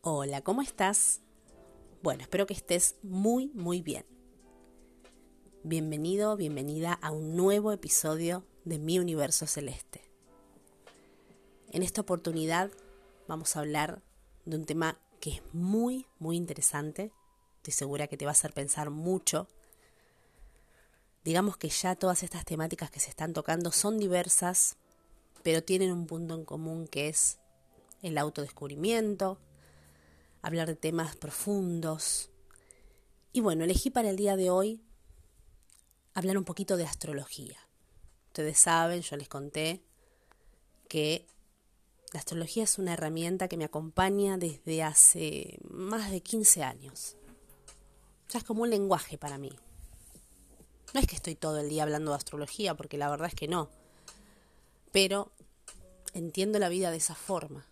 Hola, ¿cómo estás? Bueno, espero que estés muy bien. Bienvenido, bienvenida a un nuevo episodio de Mi Universo Celeste. En esta oportunidad vamos a hablar de un tema que es muy interesante. Estoy segura que te va a hacer pensar mucho. Digamos que ya todas estas temáticas que se están tocando son diversas, pero tienen un punto en común que es el autodescubrimiento, hablar de temas profundos. Y bueno, elegí para el día de hoy hablar un poquito de astrología. Ustedes saben, yo les conté que la astrología es una herramienta que me acompaña desde hace más de 15 años. Ya es como un lenguaje para mí. No es que estoy todo el día hablando de astrología, porque la verdad es que no. Pero entiendo la vida de esa forma.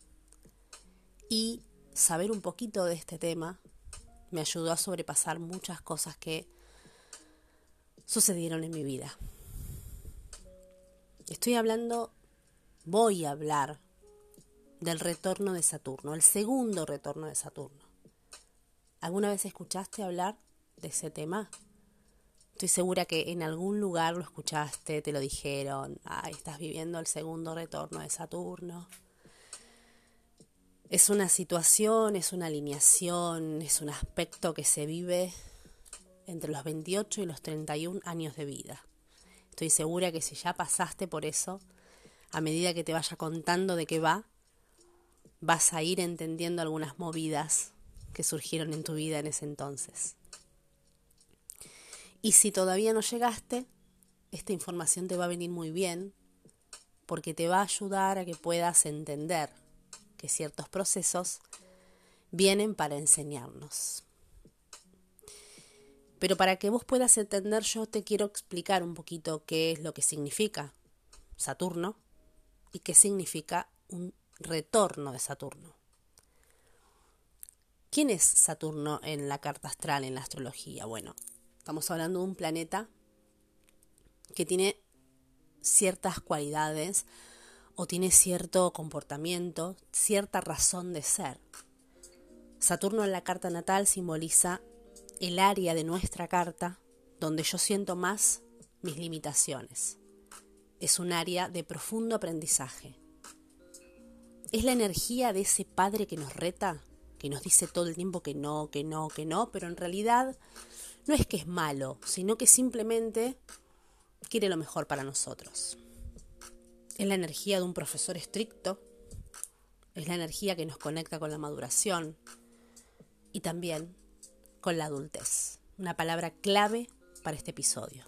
Y saber un poquito de este tema me ayudó a sobrepasar muchas cosas que sucedieron en mi vida. Voy a hablar del retorno de Saturno, el segundo retorno de Saturno. ¿Alguna vez escuchaste hablar de ese tema? Estoy segura que en algún lugar lo escuchaste, te lo dijeron. Estás viviendo el segundo retorno de Saturno. Es una situación, es una alineación, es un aspecto que se vive entre los 28 y los 31 años de vida. Estoy segura que si ya pasaste por eso, a medida que te vaya contando de qué va, vas a ir entendiendo algunas movidas que surgieron en tu vida en ese entonces. Y si todavía no llegaste, esta información te va a venir muy bien porque te va a ayudar a que puedas entender que ciertos procesos vienen para enseñarnos. Pero para que vos puedas entender, yo te quiero explicar un poquito qué es lo que significa Saturno y qué significa un retorno de Saturno. ¿Quién es Saturno en la carta astral, en la astrología? Bueno, estamos hablando de un planeta que tiene ciertas cualidades o tiene cierto comportamiento, cierta razón de ser. Saturno en la carta natal simboliza el área de nuestra carta donde yo siento más mis limitaciones. Es un área de profundo aprendizaje. Es la energía de ese padre que nos reta, que nos dice todo el tiempo que no, pero en realidad no es que es malo, sino que simplemente quiere lo mejor para nosotros. Es la energía de un profesor estricto, es la energía que nos conecta con la maduración y también con la adultez. Una palabra clave para este episodio.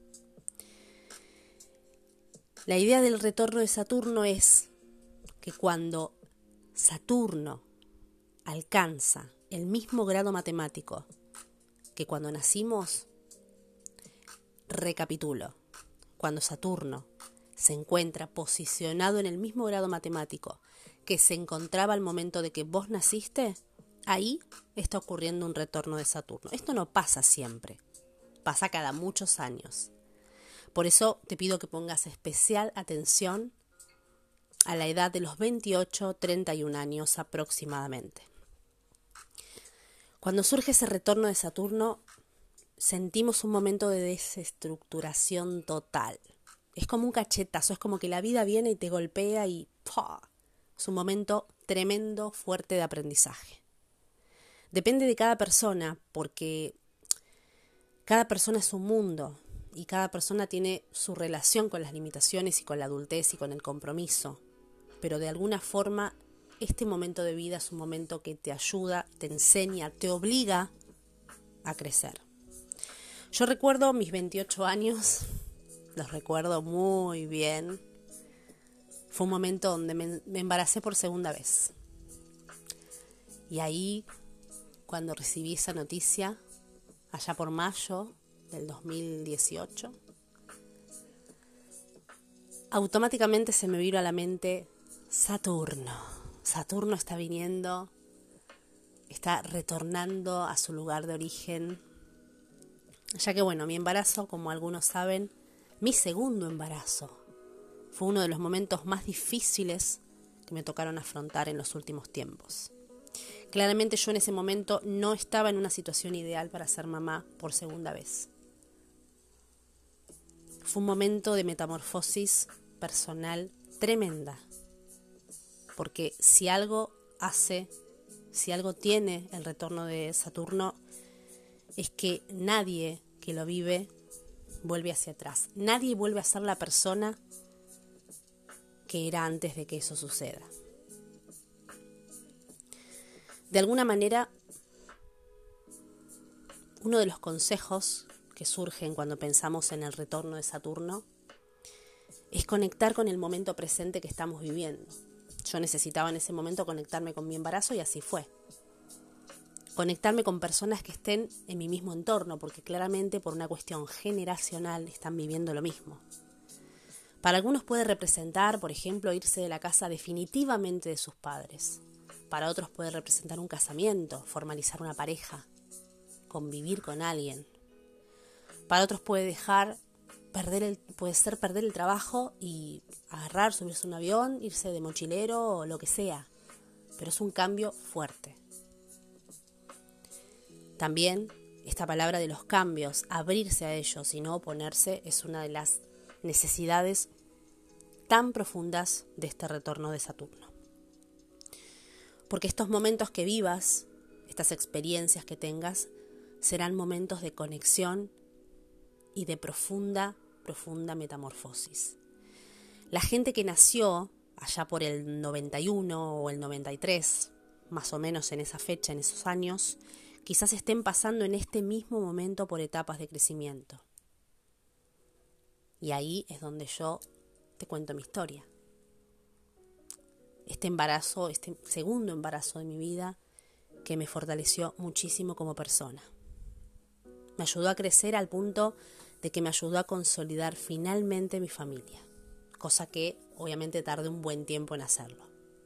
La idea del retorno de Saturno es que cuando Saturno alcanza el mismo grado matemático que cuando nacimos, recapitulo, cuando Saturno se encuentra posicionado en el mismo grado matemático que se encontraba al momento de que vos naciste, ahí está ocurriendo un retorno de Saturno. Esto no pasa siempre, pasa cada muchos años. Por eso te pido que pongas especial atención a la edad de los 28-31 años aproximadamente. Cuando surge ese retorno de Saturno, sentimos un momento de desestructuración total. Es como un cachetazo, es como que la vida viene y te golpea y ¡pah! Es un momento tremendo, fuerte de aprendizaje. Depende de cada persona, porque cada persona es un mundo y cada persona tiene su relación con las limitaciones y con la adultez y con el compromiso. Pero de alguna forma, este momento de vida es un momento que te ayuda, te enseña, te obliga a crecer. Yo recuerdo mis 28 años, los recuerdo muy bien. Fue un momento donde me embaracé por segunda vez. Y ahí, cuando recibí esa noticia, allá por mayo del 2018, automáticamente se me vino a la mente Saturno. Saturno está viniendo, está retornando a su lugar de origen. Ya que mi embarazo, como algunos saben, mi segundo embarazo, fue uno de los momentos más difíciles que me tocaron afrontar en los últimos tiempos. Claramente yo en ese momento no estaba en una situación ideal para ser mamá por segunda vez. Fue un momento de metamorfosis personal tremenda, porque si algo tiene el retorno de Saturno, es que nadie que lo vive vuelve hacia atrás. Nadie vuelve a ser la persona que era antes de que eso suceda. De alguna manera, uno de los consejos que surgen cuando pensamos en el retorno de Saturno es conectar con el momento presente que estamos viviendo. Yo necesitaba en ese momento conectarme con mi embarazo y así fue. Conectarme con personas que estén en mi mismo entorno, porque claramente por una cuestión generacional están viviendo lo mismo. Para algunos puede representar, por ejemplo, irse de la casa definitivamente de sus padres. Para otros puede representar un casamiento, formalizar una pareja, convivir con alguien. Para otros puede ser perder el trabajo y subirse a un avión, irse de mochilero o lo que sea. Pero es un cambio fuerte. También esta palabra de los cambios, abrirse a ellos y no oponerse, es una de las necesidades tan profundas de este retorno de Saturno. Porque estos momentos que vivas, estas experiencias que tengas, serán momentos de conexión y de profunda metamorfosis. La gente que nació allá por el 91 o el 93, más o menos en esa fecha, en esos años, quizás estén pasando en este mismo momento por etapas de crecimiento. Y ahí es donde yo te cuento mi historia. Este segundo embarazo de mi vida, que me fortaleció muchísimo como persona. Me ayudó a crecer al punto de que me ayudó a consolidar finalmente mi familia, cosa que obviamente tardé un buen tiempo en hacerlo.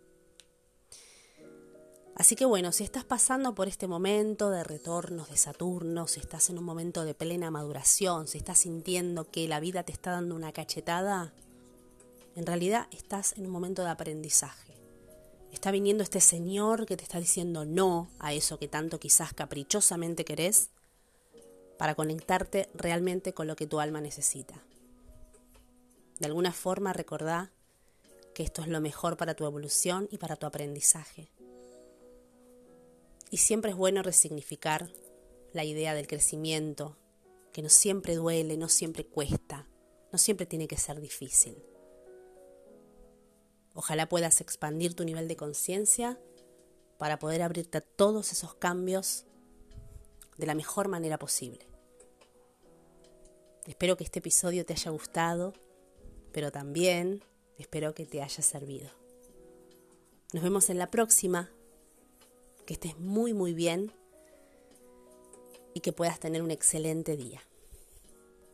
Así que bueno, si estás pasando por este momento de retornos de Saturno, si estás en un momento de plena maduración, si estás sintiendo que la vida te está dando una cachetada, en realidad estás en un momento de aprendizaje. Está viniendo este señor que te está diciendo no a eso que tanto quizás caprichosamente querés, para conectarte realmente con lo que tu alma necesita. De alguna forma recordá que esto es lo mejor para tu evolución y para tu aprendizaje. Y siempre es bueno resignificar la idea del crecimiento, que no siempre duele, no siempre cuesta, no siempre tiene que ser difícil. Ojalá puedas expandir tu nivel de conciencia para poder abrirte a todos esos cambios de la mejor manera posible. Espero que este episodio te haya gustado, pero también espero que te haya servido. Nos vemos en la próxima. Que estés muy bien y que puedas tener un excelente día.